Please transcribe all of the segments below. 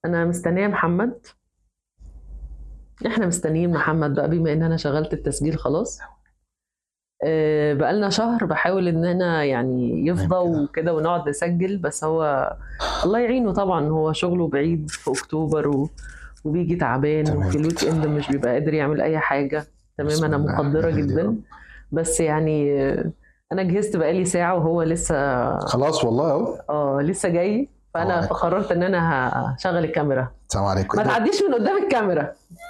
انا مستنيه محمد. احنا مستنيين محمد بقى بما ان انا شغلت التسجيل خلاص. بقالنا شهر بحاول ان انا يعني تمام يفضى كده. وكده ونقعد نسجل، بس هو الله يعينه طبعا، هو شغله بعيد في اكتوبر وبيجي تعبان، تمام وفي كده. الويك اند مش بيبقى قادر يعمل اي حاجة. تمام، بسم انا الله مقدرة يهدي يا جدا. رب. بس يعني انا جهزت بقالي ساعة وهو لسه خلاص والله اهو. لسه جاي. السلام فانا عليكم. فقررت ان انا هشغل الكاميرا. السلام عليكم. ما ايه ده؟ تعديش من قدام الكاميرا.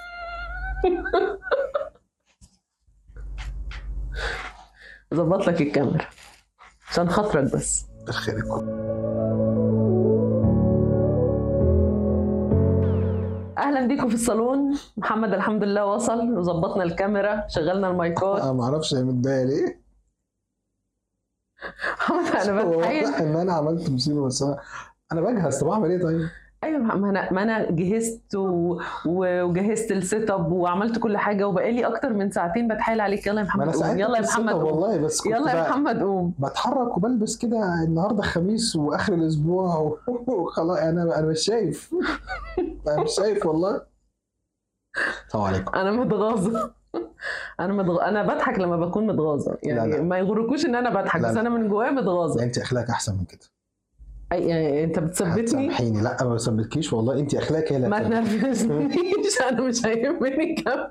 ظبط لك الكاميرا عشان خاطرك بس. بالخير يكون. اهلا بيكم في الصالون. محمد الحمد لله وصل وظبطنا الكاميرا، شغلنا المايكات. انا ما اعرفش هي متضايقه ليه. محمد انا هو واضح بتحايل. ان انا عملت مصيبه، بس انا بجهز. طب اعمل ايه طيب؟ ايوه، ما انا جهزت وجهزت السيت اب وعملت كل حاجه، وبقالي اكتر من ساعتين بتحايل عليك. يلا يا ما انا محمد قوم، ساعدتك يلا في يا السيت محمد اب قوم. والله، بس كنت يلا يا بقى محمد قوم. بتحرك وبلبس كده. النهارده خميس واخر الاسبوع وخلاص. انا مش شايف. انا مش شايف والله. السلام عليكم. انا متغاظه. انا بضحك لما بكون متغاظه، لا يعني لا ما يغركوش ان انا بضحك، لا بس لا انا من جوايا لا، متغاظه. انت اخلاقك احسن من كده. يعني انت بتثبتني. هتسامحيني؟ لا ما بثبتكيش والله، انت اخلاقك هي اللي ما هتثبتك. تنرفزنيش. انا مش هيهمني كم.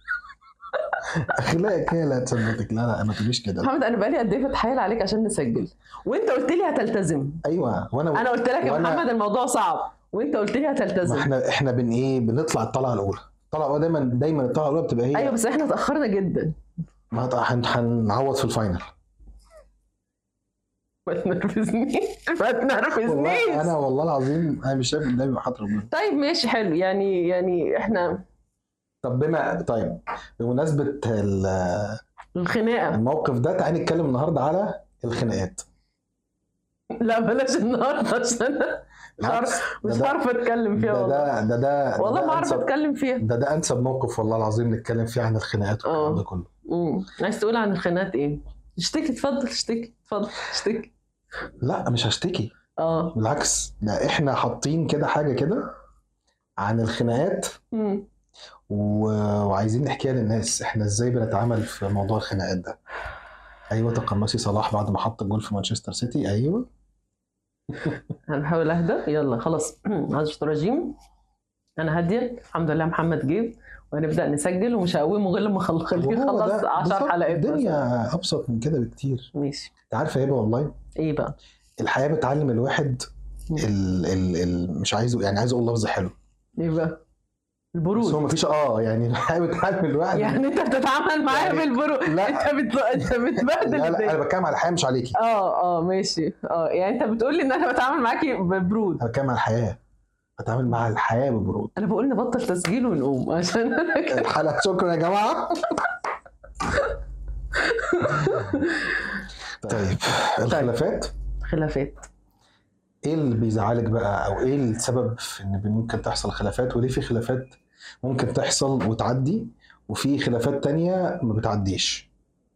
اخلاقك هي اللي هتثبتك. لا لا ما تقوليش كده. محمد انا بقالي قد ايه بتحايل عليك عشان نسجل، وانت قلت لي هتلتزم. ايوه انا قلت لك يا محمد الموضوع صعب، وانت قلت لي ما هتلتزم. احنا بن ايه بنطلع الطلعه الاولى. الطلعه الاولى دايما الطلعه الاولى بتبقى ايوه هي. بس احنا اتاخرنا جدا. ما هنعوض في الفاينل. ما تنرفزنيش. ما والله تنرفزنيش. انا والله العظيم انا مش شايف قدامي محط ربنا. طيب ماشي حلو، يعني احنا طب طيب بمناسبه الخناقه. الموقف ده، تعالى نتكلم النهارده على الخناقات. لا بلاش النهارده عشان انا بالعكس مش عارف اتكلم فيها والله. والله ما اعرف اتكلم فيها. ده انسب موقف والله العظيم نتكلم فيه عن الخناقات والكلام ده كله. عايز تقول عن الخناقات ايه؟ اشتكي، اتفضل اشتكي، اتفضل اشتكي. لا مش هشتكي. بالعكس، ده احنا حاطين كده حاجه كده عن الخناقات. وعايزين نحكيها للناس احنا ازاي بنتعامل في موضوع الخناقات ده. ايوه، تقمصي صلاح بعد ما حط الجول في مانشستر سيتي. ايوه. هنحاول اهدى. يلا خلاص. عايز رجيم. انا هاديه الحمد لله. محمد جه وهنبدا نسجل، ومش هقومه غير لما يخلص 10 حلقات. الدنيا مثلا ابسط من كده بكتير. ماشي. انت عارفه ايه بقى والله؟ ايه بقى؟ الحياه بتعلم الواحد مش عايزه، يعني عايز اقول لفظ حلو. ايه بقى؟ البرود. بس هو مفيش يعني الحياه بتعلم الواحد. يعني انت بتتعامل معايا يعني بالبرود؟ لا انت بتبهدل. لا لا، انا بتكلم على الحياه مش عليكي. ماشي. يعني انت بتقول لي ان انا بتعامل معاكي ببرود. انا بتكلم على الحياه، بتعامل مع الحياه ببرود. انا بقول نبطل تسجيل ونقوم عشان الحلقه. شكرا يا جماعه. طيب الخلافات. ايه اللي بيزعلك بقى، او ايه السبب في ان ممكن تحصل خلافات، وليه في خلافات ممكن تحصل وتعدي وفي خلافات تانية ما بتعديش؟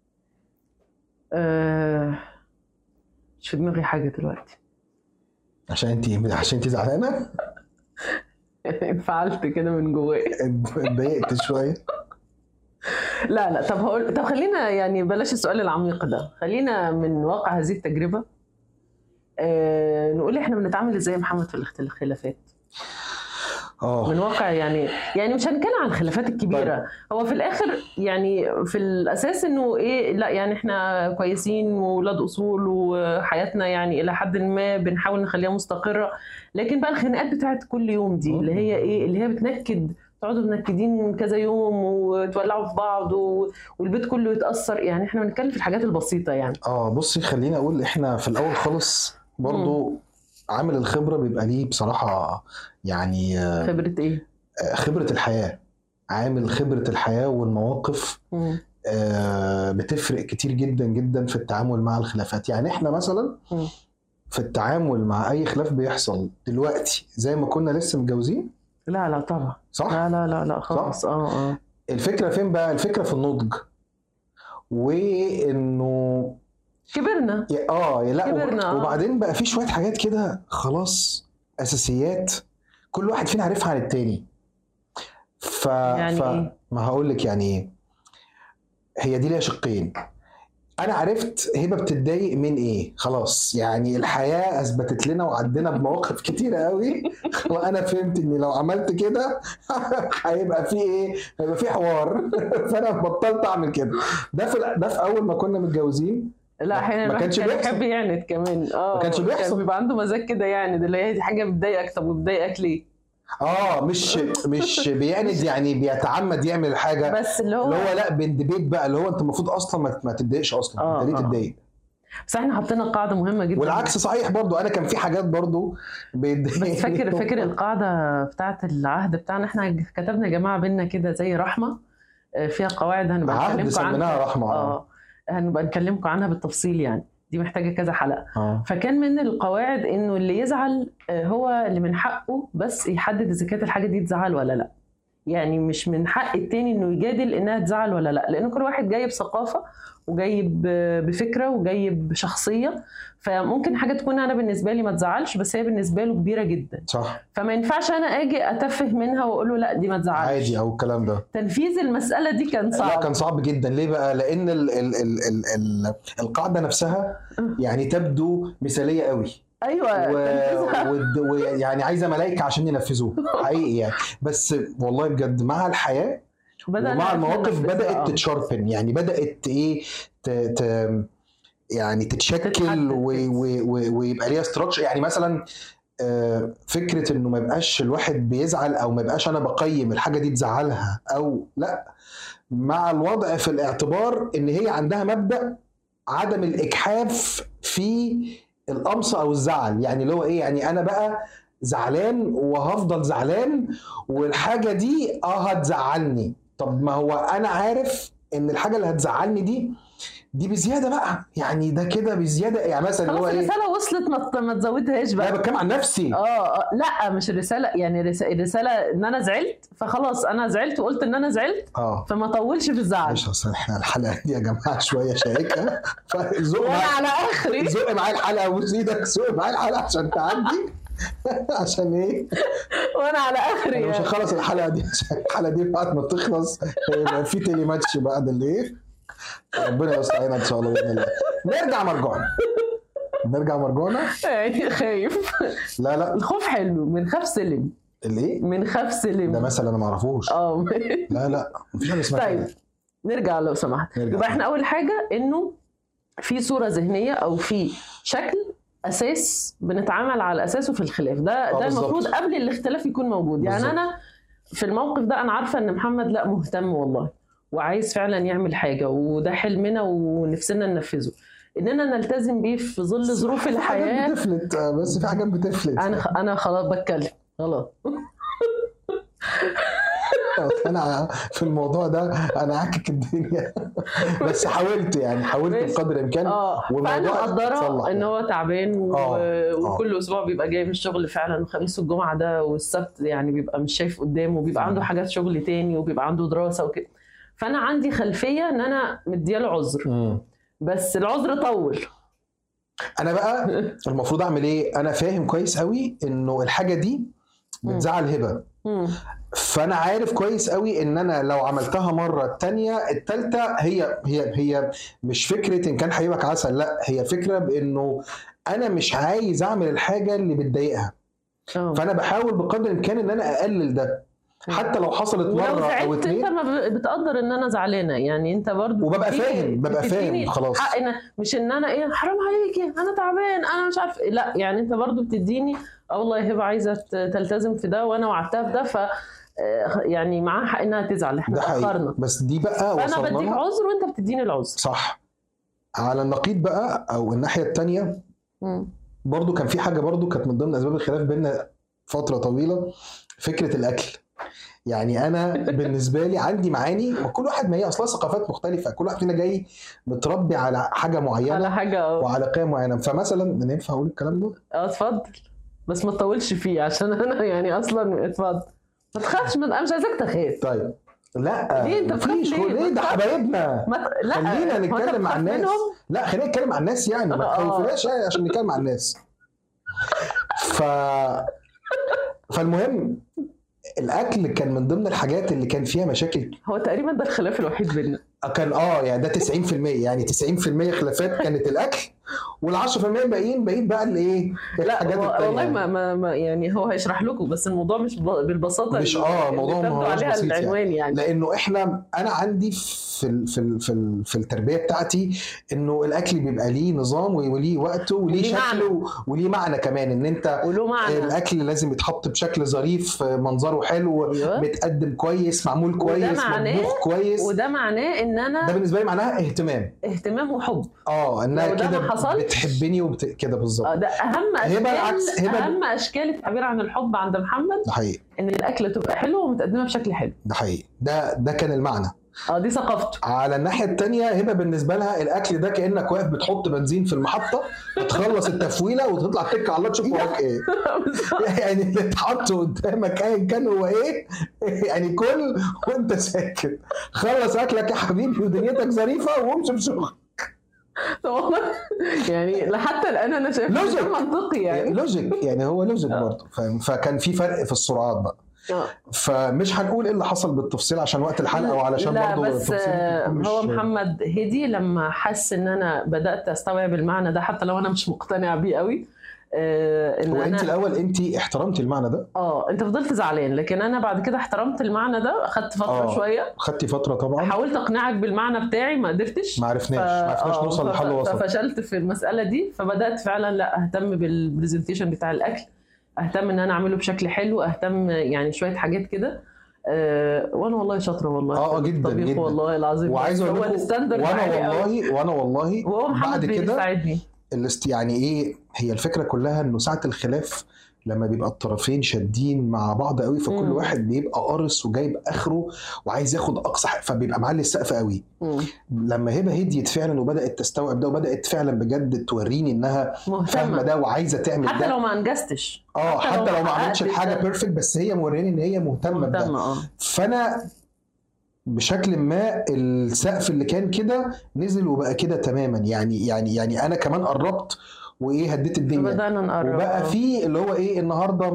مش في دماغي حاجه دلوقتي. عشان انت زعلانه. انفعلت كده من جوايا. اتضايقت شويه. لا طب خلينا يعني بلاش السؤال العميق ده، خلينا من واقع هذه التجربه. نقول احنا بنتعامل ازاي يا محمد في الخلافات. من واقع يعني مش هنتكلم عن الخلافات الكبيره. طيب. هو في الاخر يعني في الاساس انه ايه، لا يعني احنا كويسين واولاد اصول وحياتنا يعني الى حد ما بنحاول نخليها مستقره. لكن بقى الخناقات بتاعت كل يوم دي اللي هي ايه، اللي هي بتنكد، تقعدوا منكدين كذا يوم وتولعوا في بعض والبيت كله يتاثر. يعني احنا بنتكلم في الحاجات البسيطه يعني. بصي خليني اقول، احنا في الاول خالص برضو عامل الخبره بيبقى ليه بصراحه. يعني خبره ايه؟ خبره الحياه. عامل خبره الحياه والمواقف بتفرق كتير جدا جدا في التعامل مع الخلافات. يعني احنا مثلا في التعامل مع اي خلاف بيحصل دلوقتي زي ما كنا لسه متجوزين. لا طبعا. صح. لا خالص. الفكره فين بقى؟ الفكره في النضج، وانه كبرنا. لا كبرنا. وبعدين بقى في شويه حاجات كده خلاص اساسيات كل واحد فينا عارفها عن التاني. يعني ايه؟ ما هقول لك يعني ايه. هي دي ليها شقين. انا عرفت هبه بتتضايق من ايه، خلاص يعني الحياه اثبتت لنا وعدينا بمواقف كتيره قوي وانا فهمت ان لو عملت كده هيبقى في ايه، هيبقى في حوار فانا بطلت اعمل كده. ده في اول ما كنا متجوزين. لا احيانا ما الواحد كانش كان بيحصل. يحب يعند كمان. ما كانش كان بيحصل. بيبقى عنده مزاج كده يعني، ده اللي هي دي حاجه بتضايقك، طب وبتضايقك ليه؟ مش بيعند يعني بيتعمد يعمل الحاجه. بس اللي اللي هو هو لا بندبيت بقى، اللي هو انت المفروض اصلا ما تتضايقش اصلا، انت ليه تتضايق؟ بس احنا حطينا قاعده مهمه جدا. والعكس صحيح برضو، انا كان في حاجات برضو بس فاكر القاعده بتاعت العهد بتاعنا، احنا كتبنا يا جماعه بينا كده زي رحمه، فيها قواعد هنبقى عهد نكلمكم سميناها عنها. رحمه. هنبقى نكلمكم عنها بالتفصيل يعني، دي محتاجه كذا حلقه. فكان من القواعد انه اللي يزعل هو اللي من حقه بس يحدد اذا كانت الحاجه دي تزعل ولا لا. يعني مش من حق التاني انه يجادل انها تزعل ولا لا، لان كل واحد جاي بثقافه وجاي بفكره وجاي بشخصيه، فممكن حاجه تكون انا بالنسبه لي ما تزعلش بس هي بالنسبه له كبيره جدا. صح. فما ينفعش انا اجي اتفه منها واقول له لا دي ما تزعلش عادي او الكلام ده. تنفيذ المساله دي كان صعب. لا كان صعب جدا. ليه بقى؟ لان القاعده نفسها يعني تبدو مثاليه قوي. ايوه ويعني عايزه ملائكه عشان ينفذوها حقيقي يعني. بس والله بجد مع الحياه ومع المواقف بدات تتشاربن، يعني بدات ايه يعني تتشكل ويبقى ليها ستراكشر. يعني مثلا فكره انه ما يبقاش الواحد بيزعل او ما يبقاش انا بقيم الحاجه دي تزعلها او لا، مع الوضع في الاعتبار ان هي عندها مبدا عدم الاجحاف في القمص او الزعل. يعني اللي هو ايه، يعني انا بقى زعلان وهفضل زعلان والحاجه دي هتزعلني. طب ما هو انا عارف ان الحاجه اللي هتزعلني دي بزياده بقى، يعني ده كده بزياده. يعني مثلا خلاص الرساله وصلت ما تزودهاش بقى. لا بتكلم عن نفسي. لا مش الرساله، يعني الرساله ان انا زعلت فخلاص انا زعلت وقلت ان انا زعلت فما طولش في الزعل. مش اصل احنا الحلقه دي يا جماعه شويه شائكه فزق وانا على اخري زق معايا الحلقه وبوس ايدك زق معايا الحلقه عشان تعدي عشان ايه؟ وانا على اخري يعني مش هخلص الحلقه دي عشان الحلقه دي بعد ما تخلص يبقى في تيلي ماتش بعد الايه. ربنا يستعيننا ان شاء الله باذن الله. نرجع مرجعنا يعني خايف. لا الخوف حلو، من خاف سلم. الايه؟ من خاف سلم ده مثلا انا ما اعرفوش. لا مفيش حاجه اسمها طيب نرجع لو سمحت. يبقى احنا اول حاجه انه في صوره ذهنيه او في شكل اساس بنتعامل على اساسه في الخلاف ده المفروض قبل الاختلاف يكون موجود. يعني انا في الموقف ده انا عارفه ان محمد لا مهتم والله وعايز فعلا يعمل حاجه وده حلمنا ونفسنا ننفذه، اننا نلتزم بيه في ظل ظروف الحياه. بتفلت بس في حاجات بتفلت. انا خلاص بتكلم خلاص انا في الموضوع ده انا عاكك الدنيا بس حاولت بقدر الامكان. فانا مقدره ان هو تعبان وكل اسبوع بيبقى جاي من الشغل فعلا، الخميس والجمعه ده والسبت يعني بيبقى مش شايف قدامه وبيبقى عنده حاجات شغل تاني وبيبقى عنده دراسه وكده. فانا عندي خلفيه ان انا مدياله عذر بس العذر طول. انا بقى المفروض اعمل ايه؟ انا فاهم كويس قوي انه الحاجه دي بتزعل هبه، فانا عارف كويس قوي ان انا لو عملتها مره التانية التالتة هي مش فكره ان كان حبيبك عسل، لا هي فكره بانه انا مش عايز اعمل الحاجه اللي بتضايقها. فانا بحاول بقدر الامكان ان انا اقلل ده حتى لو حصلت مره او اتنين. انت ما بتقدر ان انا زعلانه، يعني انت برضو وببقى فاهم خلاص مش ان انا ايه حرام عليكي انا تعبان انا مش عارف، لا يعني انت برضو بتديني والله هبه عايزه تلتزم في ده وانا وعدتها في ده، ف يعني معاها حق انها تزعل، احنا اتاخرنا بس دي بقى انا بديك عذر وانت بتديني العذر صح. على النقيض بقى او الناحيه الثانيه برضو كان في حاجه برضو كانت من ضمن اسباب الخلاف بيننا فتره طويله، فكره الاكل. يعني انا بالنسبه لي عندي معاني وكل واحد ما هي اصلا ثقافات مختلفه، كل واحد فينا جاي متربي على حاجه معينه على حاجه وعلى قيم معينه. فمثلا ينفع اقول الكلام ده؟ اتفضل بس ما تطولش فيه عشان انا يعني اصلا اتفضل ما تخافش، انا مش عايزاك تخاف. طيب لا ليه انت مفيش ليه ده حبايبنا لا خلينا نتكلم مع الناس لا خلينا نتكلم مع الناس يعني ما تخوفناش يعني عشان نتكلم مع الناس. فالمهم الاكل كان من ضمن الحاجات اللي كان فيها مشاكل. هو تقريبا ده الخلاف الوحيد بيننا. كان يعني ده 90%، يعني 90% خلافات كانت الاكل، وال10% الباقيين بقى الايه الحاجات التانية. والله ما يعني هو هيشرح لكم، بس الموضوع مش بالبساطه، مش الموضوع ما عليها العنوان يعني. لانه انا عندي في التربيه بتاعتي انه الاكل بيبقى ليه نظام وليه وقته وليه شكله وليه معنى كمان، ان انت الاكل لازم يتحط بشكل ظريف، منظره حلو، أيوة. متقدم كويس، معمول كويس، مطبوخ كويس، وده معناه ان انا ده بالنسبه لي معناها اهتمام وحب. انها كده بتحبني كده بالظبط. ده اهم اشكال التعبير عن الحب عند محمد. ده حقيقي، ان الاكله تبقى حلوه ومتقدمه بشكل حلو. ده حقيقي، ده كان المعنى. دي ثقافته. على الناحيه الثانيه هبه بالنسبه لها الاكل ده كانك واقف بتحط بنزين في المحطه، هتخلص التفويله وتطلع تك على الله تشوف وراك ايه. يعني اللي اتحط قدامك ايا كان هو ايه، يعني كل وانت ساكت، خلص اكلك يا حبيبي ودنيتك ظريفه وامشي بشغلك. والله يعني حتى الان انا شايف منطقي، يعني لوجيك، يعني هو لوجيك برضه. فكان في فرق في السرعات بقى. فمش هنقول ايه اللي حصل بالتفصيل عشان وقت الحلقه وعلشان برضه بس هو محمد هدي لما حس ان انا بدات استوعب المعنى ده، حتى لو انا مش مقتنع بيه قوي. هو انت الاول انت احترمتي المعنى ده؟ انت فضلت زعلان، لكن انا بعد كده احترمت المعنى ده. اخدت فتره شويه، خدتي فتره طبعا، حاولت اقنعك بالمعنى بتاعي، ما قدرتش، ما عرفناش نوصل لحل وسط، ففشلت في المساله دي. فبدات فعلا لا اهتم بالبرزنتيشن بتاع الاكل، اهتم ان انا اعمله بشكل حلو، اهتم يعني شويه حاجات كده. وانا والله شاطره والله جدا جدا والله العظيم. وعايز اقول لكم وانا والله بعد كده يعني ايه هي الفكره كلها، انه ساعه الخلاف لما بيبقى الطرفين شادين مع بعض قوي، فكل واحد بيبقى قارص وجايب اخره وعايز ياخد اقصى حاجه، فبيبقى معلي السقف قوي. لما هبه هديت فعلا وبدات تستوعب ده، وبدات فعلا بجد توريني انها فاهمه ده وعايزه تعمل حتى ده، لو ما انجزتش، حتى لو ما عملتش الحاجه بيرفكت، بس هي موريني ان هي مهتمه بده. فانا بشكل ما السقف اللي كان كده نزل وبقى كده تماما. يعني انا كمان قربت هديت الدنيا، بدأنا نقرب وبقى في اللي هو النهارده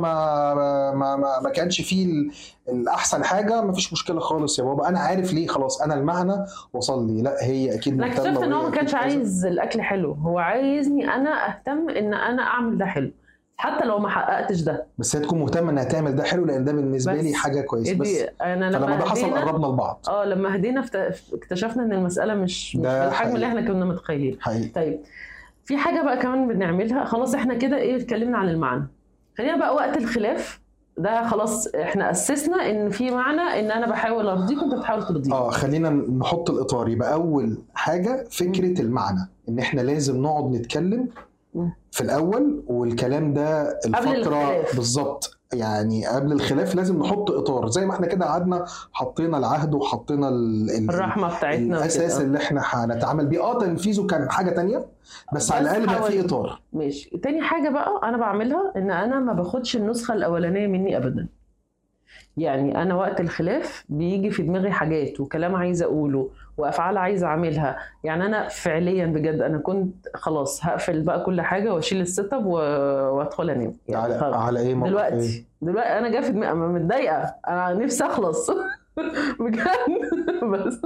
ما كانش فيه الاحسن حاجه، ما فيش مشكله خالص يا بابا، انا عارف ليه، خلاص انا المعنى وصل لي. لا هي اكيد مهتمه. انا اكتشفت ان هو ما كانش عايز الاكل حلو، هو عايزني انا اهتم ان انا اعمل ده حلو، حتى لو ما حققتش ده، بس هي تكون مهتمه انها تعمل ده حلو، لان ده بالنسبه لي حاجه كويسه. بس انا لما ده حصل قربنا لبعض. لما هدينا اكتشفنا ان المساله مش بالحجم اللي احنا كنا متخيلين. طيب في حاجه بقى كمان بنعملها، خلاص احنا كده اتكلمنا عن المعنى، خلينا بقى وقت الخلاف ده خلاص احنا اسسنا ان في معنى ان انا بحاول ارضيك وانت بتحاول ترضيني. خلينا نحط الاطار. يبقى اول حاجه فكره المعنى، ان احنا لازم نقعد نتكلم في الاول، والكلام ده الفتره بالظبط، يعني قبل الخلاف لازم نحط اطار، زي ما احنا كده قعدنا حطينا العهد وحطينا الرحمه بتاعتنا، الاساس اللي احنا هنتعامل بيه. تنفيذه كان حاجه تانية، بس على الاقل بقى في اطار. ماشي. تاني حاجه بقى انا بعملها ان انا ما باخدش النسخه الاولانيه مني ابدا. يعني انا وقت الخلاف بيجي في دماغي حاجات وكلام عايزه اقوله وافعال عايزه اعملها. يعني انا فعليا بجد انا كنت خلاص هقفل بقى كل حاجه واشيل السيت اب وادخل انام. يعني على ايه دلوقتي انا جاي في دماغي متضايقه، انا نفسي اخلص بجد بس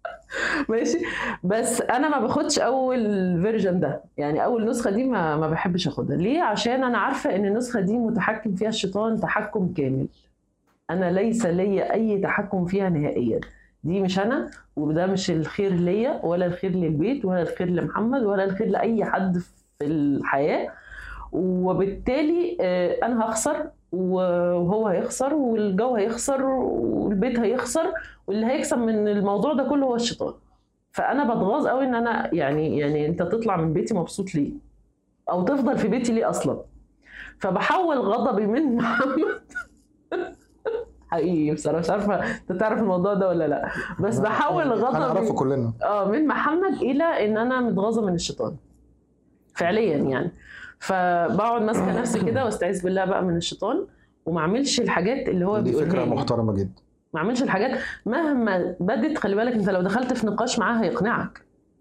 ماشي. بس انا ما باخدش اول فيرجن ده، يعني اول نسخه دي ما بحبش اخدها. ليه؟ عشان انا عارفه ان النسخه دي متحكم فيها الشيطان تحكم كامل، انا ليس لي اي تحكم فيها نهائيا. دي مش انا، وده مش الخير ليا ولا الخير للبيت ولا الخير لمحمد ولا الخير لاي حد في الحياه. وبالتالي انا هخسر وهو هيخسر والجو هيخسر والبيت هيخسر، واللي هيكسب من الموضوع ده كله هو الشيطان. فانا بتغاظ قوي ان انا يعني انت تطلع من بيتي مبسوط ليه، او تفضل في بيتي ليه اصلا. فبحول غضبي من محمد حقيقي بصراحه مش عارفه انت تعرف الموضوع ده ولا لا، بس بحول غضبي كلنا من محمد الى ان انا متغاظه من الشيطان فعليا يعني. فبقعد ماسكه نفسي كده واستعيذ بالله بقى من الشيطان، وما اعملش الحاجات اللي هو بيقولها. دي فكره محترمه جدا. ما اعملش الحاجات مهما بدت. خلي بالك انت لو دخلت في نقاش معاه هيقنعك،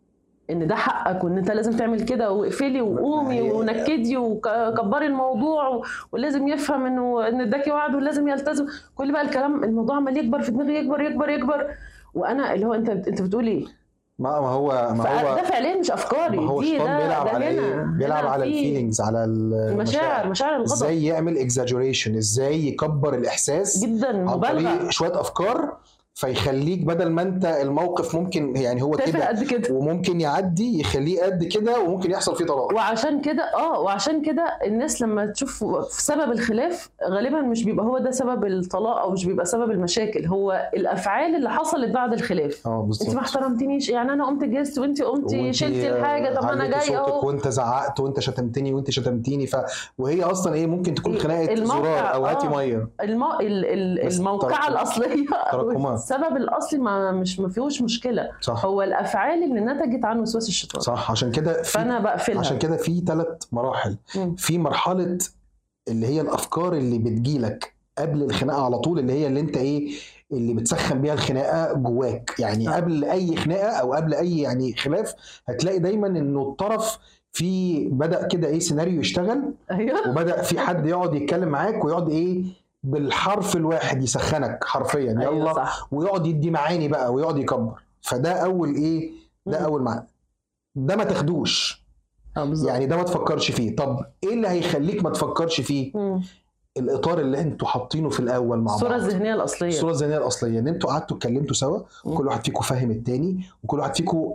ان ده حقك وان انت لازم تعمل كده واقفلي وقومي ونكدي وكبري الموضوع ولازم يفهم انه ان اداكي وعد ولازم يلتزم. كل بقى الكلام الموضوع عمال يكبر في دماغي، يكبر يكبر يكبر، وانا اللي هو انت بتقول ايه؟ ما هو ده فعليا مش افكاري ما هو دي، الشيطان بيلعب على ايه؟ بيلعب على الفيلينجز، على المشاعر، مشاعر الغضب. ازاي يعمل اكزاجوريشن، ازاي يكبر الاحساس جدا، مبالغه عن طريق شويه افكار، فيخليك بدل ما انت الموقف ممكن يعني هو كده وممكن يعدي يخليه قد كده وممكن يحصل فيه طلاق. وعشان كده الناس لما تشوف في سبب الخلاف غالبا مش بيبقى هو ده سبب الطلاق او مش بيبقى سبب المشاكل، هو الافعال اللي حصلت بعد الخلاف. انت ما احترمتنيش، يعني انا قمت جهزت وانت قمتي شلتي الحاجه، طب انا جاي اهو وانت زعقت وانت شتمتني وانت شتمتيني، وهي اصلا ايه ممكن تكون خناقه زرار او هاتي ميه. الموقعه الاصليه السبب الاصلي ما فيهوش مشكله، صح. هو الافعال اللي نتجت عن وسواس الشيطان، صح. عشان كده فانا بقفلها. عشان كده في 3 مراحل. في مرحله اللي هي الافكار اللي بتجيلك قبل الخناقه على طول، اللي هي اللي انت ايه اللي بتسخن بيها الخناقه جواك، يعني قبل اي خناقه او قبل اي يعني خلاف هتلاقي دايما انه الطرف في بدا كده ايه سيناريو يشتغل. أيوة. وبدا في حد يقعد يتكلم معاك ويقعد ايه بالحرف الواحد يسخنك حرفيا. أيوة يلا صح. ويقعد يدي معاني بقى ويقعد يكبر. فده اول ايه، ده اول معنى، ده ما تاخدوش يعني، ده ما تفكرش فيه. طب ايه اللي هيخليك ما تفكرش فيه؟ الاطار اللي انتوا حاطينه في الاول مع بعض، الصوره الذهنيه الاصليه. الصوره الذهنيه الاصليه ان انتوا قعدتوا اتكلمتوا سوا وكل واحد فيكم فاهم التاني وكل واحد فيكم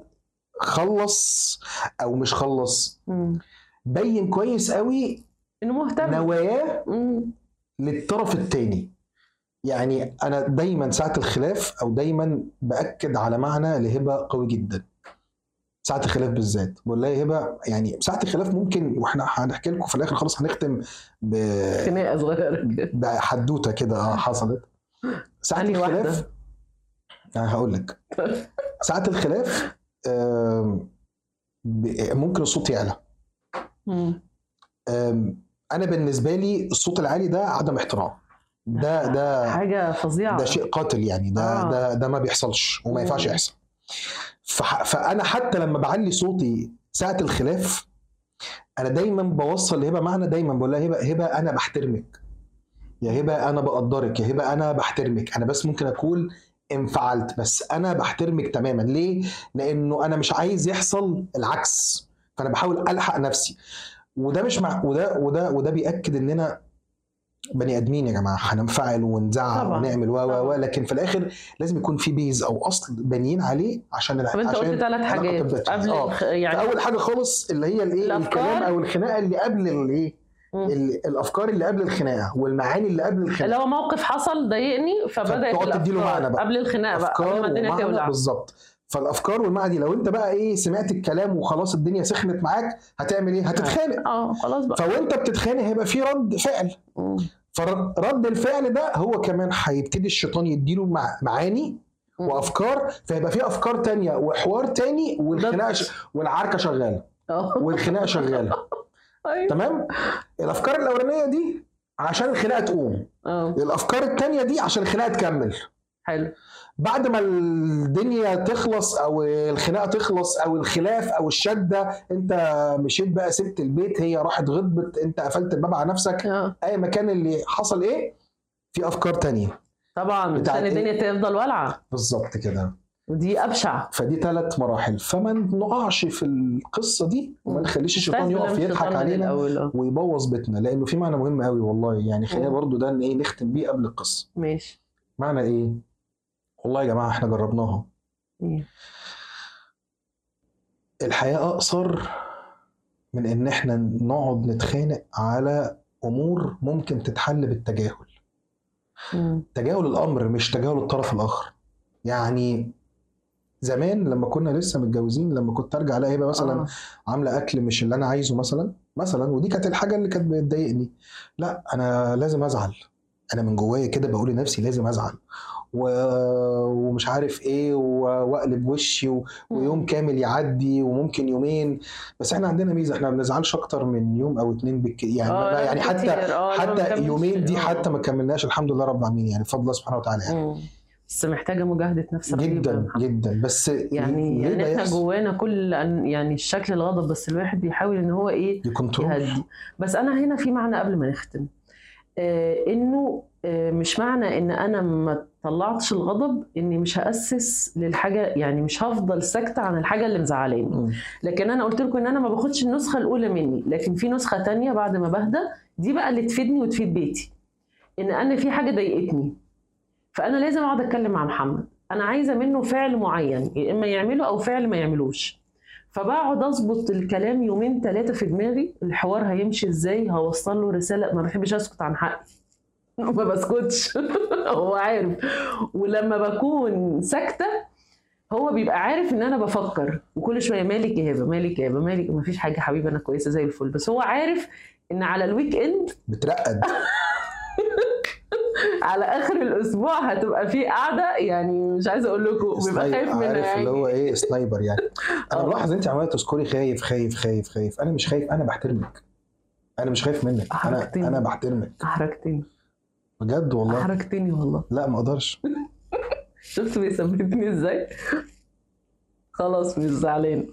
خلص او مش خلص، بين كويس قوي انه مهتم نواياه للطرف التاني. يعني انا دايما ساعه الخلاف او دايما باكد على معنى لهبه قوي جدا ساعه الخلاف بالذات. بقول لها هبه يعني ساعه الخلاف ممكن، واحنا هنحكي لكم في الاخر خلاص هنختم خناقه صغيره بحدوته كده حصلت ساعه الخلاف. يعني هقول لك ساعه الخلاف ممكن الصوت يعلى. انا بالنسبه لي الصوت العالي ده عدم احترام، ده حاجه فظيعه، ده شيء قاتل يعني، ده ما بيحصلش وما ينفعش يحصل. فانا حتى لما بعلي صوتي ساعه الخلاف انا دايما بوصل لهبه معنى، دايما بقول لها هبه انا بحترمك، يا هبه انا بقدرك، يا هبه انا بحترمك، انا بس ممكن اكون انفعلت بس انا بحترمك تماما. ليه؟ لانه انا مش عايز يحصل العكس، فانا بحاول الحق نفسي. وده مش مع وده بيأكد اننا بني ادمين يا جماعه، هننفعل ونزعق ونعمل لكن في الاخر لازم يكون في بيز او اصل بانيين عليه عشان طب انت قلت 3 حاجات قبل يعني اول حاجه خالص اللي هي الايه الكلام او الخناقه اللي قبل الايه الافكار اللي قبل الخناقه والمعاني اللي قبل الخناقه. اللي هو موقف حصل ضايقني فبدات تقعد تديله معنى بقى قبل الخناقه بقى قبل ما الدنيا تولع بالظبط. فالافكار والمعنى دي لو انت بقى ايه سمعت الكلام وخلاص الدنيا سخنت معاك هتعمل ايه؟ هتتخانق. خلاص بقى. فوانت بتتخانق هيبقى في رد فعل. فرد الفعل ده هو كمان هيبتدي الشيطان يديله معاني وافكار، فيبقى في افكار تانية وحوار تاني والخناقه والعركه شغاله والخناقه شغاله. تمام. الافكار الاولانيه دي عشان الخناقه تقوم، الافكار التانية دي عشان الخناقه تكمل. حلو. بعد ما الدنيا تخلص او الخناقه تخلص او الخلاف او الشده، انت مشيت بقى سبت البيت، هي راحت غضبت، انت قفلت الباب على نفسك، اي مكان اللي حصل ايه في افكار تانية طبعا عشان الدنيا تفضل والعه. بالظبط كده. ودي ابشع. فدي 3 مراحل. فما نقعش في القصه دي وما نخليش الشيطان يقف يضحك علينا ويبوظ بيتنا، لانه في معنى مهم قوي والله. يعني خلينا برضو ده ايه نختم بيه قبل القصه. ماشي. معنى ايه؟ والله يا جماعة احنا جربناها. الحياة أقصر من إن احنا نقعد نتخانق على أمور ممكن تتحل بالتجاهل. تجاهل الأمر مش تجاهل الطرف الآخر. يعني زمان لما كنا لسه متجوزين، لما كنت أرجع ألاقي هبة مثلا عاملة أكل مش اللي أنا عايزه مثلا ودي كانت الحاجة اللي كانت بتضايقني، لا أنا لازم أزعل. أنا من جوايا كده بقول لنفسي لازم أزعل ومش عارف ايه واقلب وشي ويوم كامل يعدي وممكن يومين. بس احنا عندنا ميزه، احنا ما بنزعلش اكتر من يوم او 2 يعني يعني حتى يومين دي حتى ما كملناش الحمد لله رب العالمين، يعني بفضل الله سبحانه وتعالى يعني. بس محتاجه مجاهده نفس رهيبه جدا جدا. بس يعني احنا جوانا كل يعني الشكل الغضب، بس الواحد بيحاول ان هو ايه يهدي. بس انا هنا في معنى قبل ما نختم، انه مش معنى ان انا ما طلعتش الغضب اني مش هأسس للحاجه، يعني مش هفضل ساكته عن الحاجه اللي مزعلاني. لكن انا قلت لكم ان انا ما باخدش النسخه الاولى مني، لكن في نسخه تانية بعد ما بهدى دي بقى اللي تفيدني وتفيد بيتي. ان انا في حاجه ضايقتني، فانا لازم اقعد اتكلم مع محمد، انا عايزه منه فعل معين، يا اما يعمله او فعل ما يعملوش. فبقعد اظبط الكلام 2-3 في دماغي، الحوار هيمشي ازاي، هوصل له رساله. ما بحبش اسكت عن حقي، ما بسكتش هو عارف. ولما بكون ساكته هو بيبقى عارف ان انا بفكر، وكل شويه مالك يا هبه، مالك يا هبه، مالك، ما فيش حاجه حبيبي انا كويسه زي الفل. بس هو عارف ان على الويك اند بترقد على اخر الاسبوع هتبقى في قاعده، يعني مش عايزه اقول لكم بيبقى خايف منها، عارف يعني اللي هو ايه سنايبر يعني. انا بلاحظ انت عماله تذكري خايف خايف خايف خايف. انا مش خايف، انا بحترمك، انا مش خايف منك، انا بحترمك. احرجتني بجد والله، احرجتني والله. لا ما اقدرش. شفت بيثبتني ازاي؟ خلاص مش زعلان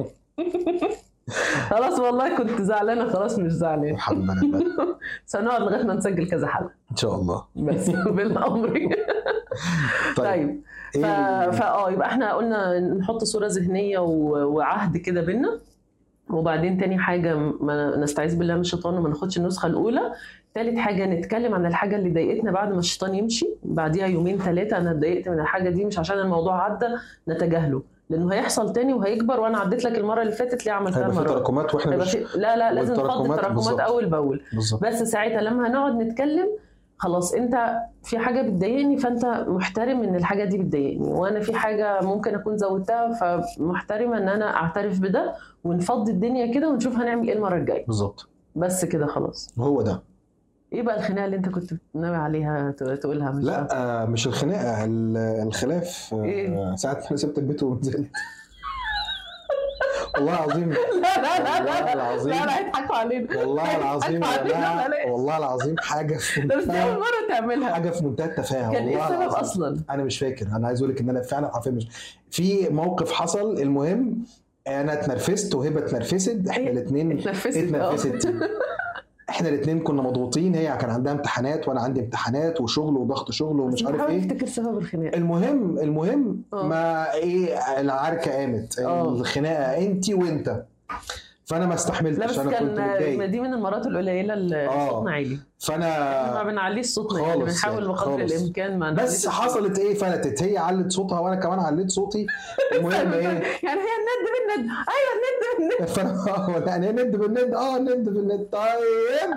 خلاص والله كنت زعلانه، خلاص مش زعلان. بس هنقعد لغايه ما نسجل كذا حلقه ان شاء الله بس بالامر. طيب يبقى احنا قلنا نحط صوره ذهنيه وعهد كده بينا، وبعدين تاني حاجه ما نستعيذ بالله من الشيطان وما ناخدش النسخه الاولى. ثالث حاجه نتكلم عن الحاجه اللي ضايقتنا بعد ما الشيطان يمشي، بعديها 2-3 انا اتضايقت من الحاجه دي، مش عشان الموضوع عدى نتجاهله، لانه هيحصل تاني وهيكبر. وانا عديت لك المره اللي فاتت ليه عملتها مره تراكمات، واحنا مش لا لازم نفضي التراكمات اول باول. بس ساعتها لما هنقعد نتكلم خلاص، انت في حاجه بتضايقني فانت محترم ان الحاجه دي بتضايقني، وانا في حاجه ممكن اكون زودتها فمحترمه ان انا اعترف بده، ونفضي الدنيا كده ونشوف هنعمل ايه المره الجايه. بالظبط، بس كده خلاص. هو ده. ايه بقى الخناقه اللي انت كنت ناوي عليها تقولها؟ لا مش الخناقه، الخلاف. إيه؟ ساعه ما سبت البيت ونزلت والله العظيم والله العظيم لا هيضحكوا علينا والله العظيم والله العظيم حاجه في بس اول مره تعملها، حاجه في منتهى التفاهه. كان ايه السبب اصلا؟ انا مش فاكر. انا عايز اقول لك ان انا فعلا حرفيا مش في موقف حصل. المهم انا اتنرفزت وهبه اتنرفزت، احنا الاثنين اتنرفزت احنا الاثنين كنا مضغوطين. هي كان عندها امتحانات وانا عندي امتحانات وشغل وضغط شغل ومش عارف ايه. افتكر سبب الخناقه. المهم ما ايه، العركه قامت، الخناقه انتي وانت، فانا ما استحملتش. انا كنت متضايق. دي من المرات القليله اللي صوتنا عالي، فانا ما بنعليش صوتنا يعني، بنحاول بقدر الامكان ما بس حصلت ايه، فلتت، هي علت صوتها وانا كمان عليت صوتي. المهم ايه يعني هي الند بالند، ايوه الند بالند يعني الند بالند، الند بالند. طيب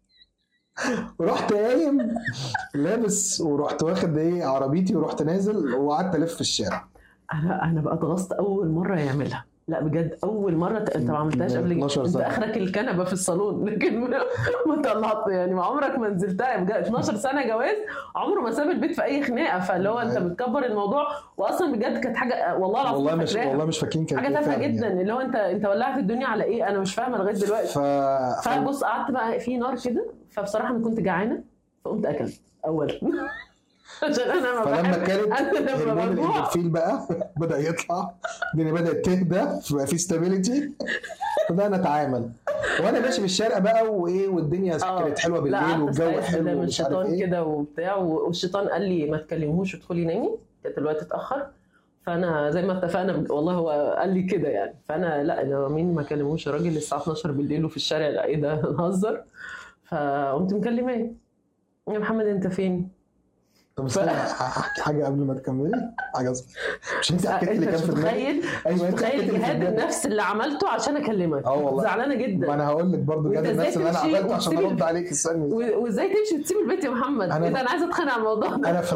ورحت قايم لابس ورحت واخد ايه عربيتي ورحت نازل وقعدت الف في الشارع. انا بقى اتغصت اول مره يعملها. لا بجد اول مره. انت ما عملتهاش قبل كده، انت اخرك الكنبه في الصالون، لكن ما طلعت يعني، ما عمرك ما نزلتها بجد. 12 سنه جواز عمره ما ساب البيت في اي خناقه، فاللي هو انت بتكبر الموضوع. واصلا بجد كانت حاجه والله العظيم والله مش فاكرين كانت حاجه تافهه جدا يعني. اللي هو انت ولعت الدنيا على ايه، انا مش فاهمه لغايه دلوقتي. فبص قعدت بقى في نار كده، فبصراحه انا كنت جعانه فقمت اكلت اول عشان انا ما فلما كانت هرمون الاندورفين بقى بدا يطلع، الدنيا بدات تهدى، بقى في ستابيليتي، بدانا نتعامل. وانا ماشي في الشارع بقى وايه، والدنيا كانت حلوه بالليل والجو حلو ومش عارف ايه كده وبتاع. والشيطان قال لي ما تكلموش وادخلي نامي، كانت الوقت اتاخر. فانا زي ما اتفقنا والله هو قال لي كده يعني. فانا لا مين ما كلموش الراجل الساعه 12 بالليل وفي الشارع، لا ايه ده نهزر. فقمت مكلماه، يا محمد انت فين؟ طب احكي حاجه قبل ما تكملي حاجه. مش انت حكيت لي كان في دماغي؟ ايوه تخيل جهاد النفس اللي عملته عشان اكلمك. والله زعلانه جدا. ما انا هقول لك برضه جهاد النفس اللي انا عملته عشان ارد عليك. استني، وازاي تمشي وتسيب البيت يا محمد؟ انا عايزه اتخانق على الموضوع ده. انا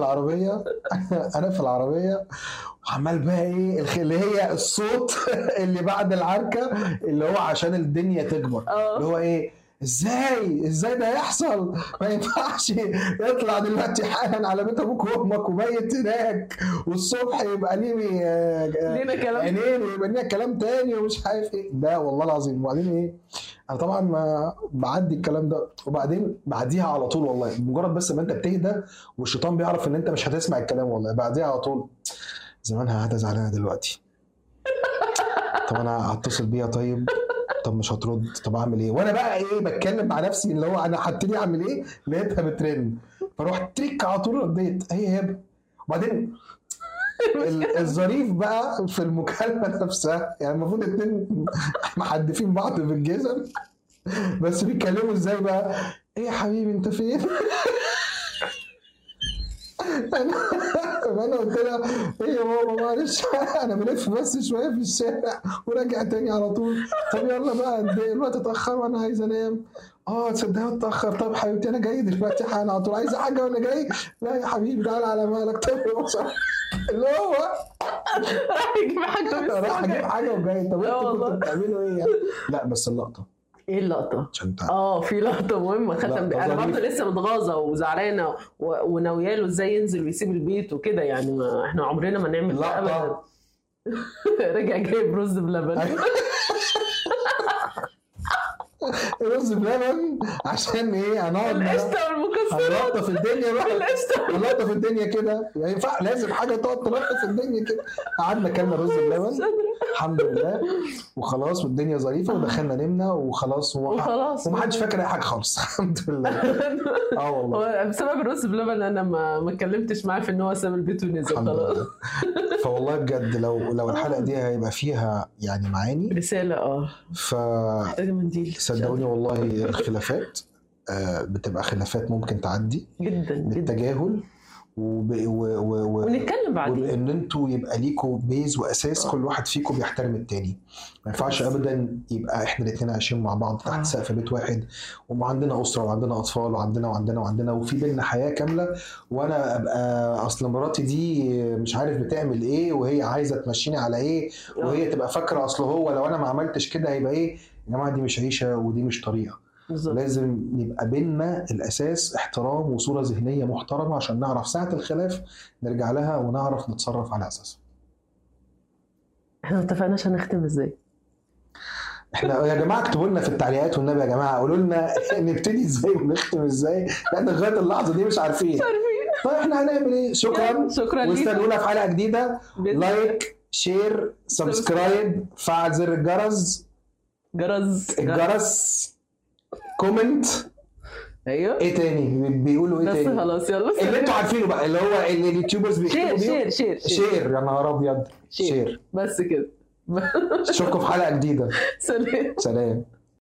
في العربيه وعمال بقى ايه اللي هي الصوت اللي بعد العركه، اللي هو عشان الدنيا تكبر، اللي هو ايه، ازاي ده يحصل؟ ما ينفعش يطلع دلوقتي حالا على بيت ابوك وامك وميت هناك، والصبح يبقى لينا كلام عينين ويبقى لينا كلام تاني ومش عارف ايه ده. والله العظيم. وبعدين ايه، انا طبعا ما بعدي الكلام ده، وبعدين بعديها على طول والله، مجرد بس ما انت بتهدى والشيطان بيعرف ان انت مش هتسمع الكلام، والله بعديها على طول زمانها قاعده زعلانه دلوقتي، طب انا هتصل بيها طيب، طب مش هترد، طب اعمل ايه؟ وانا بقى ايه بتكلم مع نفسي اللي هو انا هبتدي اعمل ايه، لقيتها بترن فروح تريك على طول رديت هي. وبعدين الظريف بقى في المكالمه نفسها، يعني المفروض اتنين محدفين بعض في الجزم، بس بيتكلموا ازاي بقى؟ ايه يا حبيبي انت فين؟ انا قلت لها ايه يا ماما معلش انا بلف بس شويه في الشارع وراجع تاني على طول. طب يلا بقى الوقت اتاخر وانا عايز انام. تصدقني اتاخر. طب حبيبتي انا جاي دلوقتي حالا على طول، عايزه حاجه وانا جاي؟ لا يا حبيبي تعالى على مالك. طب اللي هو راح يجيب حاجه، راح اجيب حاجه وجاي. طب انتوا كنتوا بتعملوا ايه يعني؟ لا بس اللقطه ايه اللقطه؟ عشان في لقطه مهمه ختم انا برضه لسه متغاظه وزعلانه وناوياله ازاي ينزل ويسيب البيت وكده، يعني ما احنا عمرنا ما نعمل ده ابدا. رجع جايب رز بلبن. رز بلبن عشان ايه؟ هنقعد القشطه والمكسرات هنلطف الدنيا بقى، هنلطف الدنيا كده يعني، ينفع لازم حاجه تقعد تلطف الدنيا كده. قعدنا كلنا رز بلبن الحمد لله وخلاص، والدنيا ظريفه ودخلنا نمنا وخلاص ومحدش فاكر اي حاجه خالص الحمد لله. والله بسبب الرز بلبن انا ما اتكلمتش معاه في ان هو ساب البيت ونزل خلاص. فوالله بجد لو الحلقه دي هيبقى فيها يعني معاني رساله صدقوني والله الخلافات بتبقى خلافات ممكن تعدي جدا بالتجاهل ونتكلم بعدين، ان انتوا يبقى ليكوا بيز واساس كل واحد فيكم بيحترم التاني. ما ينفعش ابدا يبقى احنا الاثنين عايشين مع بعض تحت سقف بيت واحد وعندنا اسره وعندنا اطفال وعندنا وفي بيننا حياه كامله، وانا ابقى اصل مراتي دي مش عارف بتعمل ايه وهي عايزه تمشيني على ايه، وهي تبقى فاكره اصل هو لو انا ما عملتش كده هيبقى ايه. يا جماعه دي مش عيشه ودي مش طريقه بالزبط. لازم يبقى بيننا الاساس احترام وصوره ذهنيه محترمه عشان نعرف ساعه الخلاف نرجع لها ونعرف نتصرف على اساسها. احنا ما اتفقناش هنختم ازاي. احنا يا جماعه اكتبوا لنا في التعليقات والنبي يا جماعه قولوا لنا نبتدي ازاي ونختم ازاي، لان لغايه اللحظه دي مش عارفين. طيب احنا هنعمل ايه؟ شكرا واستنونا في حلقه جديده. لايك شير سبسكرايب فعل زر الجرس كومنت. ايوه ايه تاني بيقولوا ايه تاني؟ بس خلاص يلا اللي انتوا عارفينه بقى اللي هو اللي اليوتيوبرز بيكتبوا بيه. شير يا نهار ابيض. شير بس كده. اشوفكم في حلقه جديده. سلام.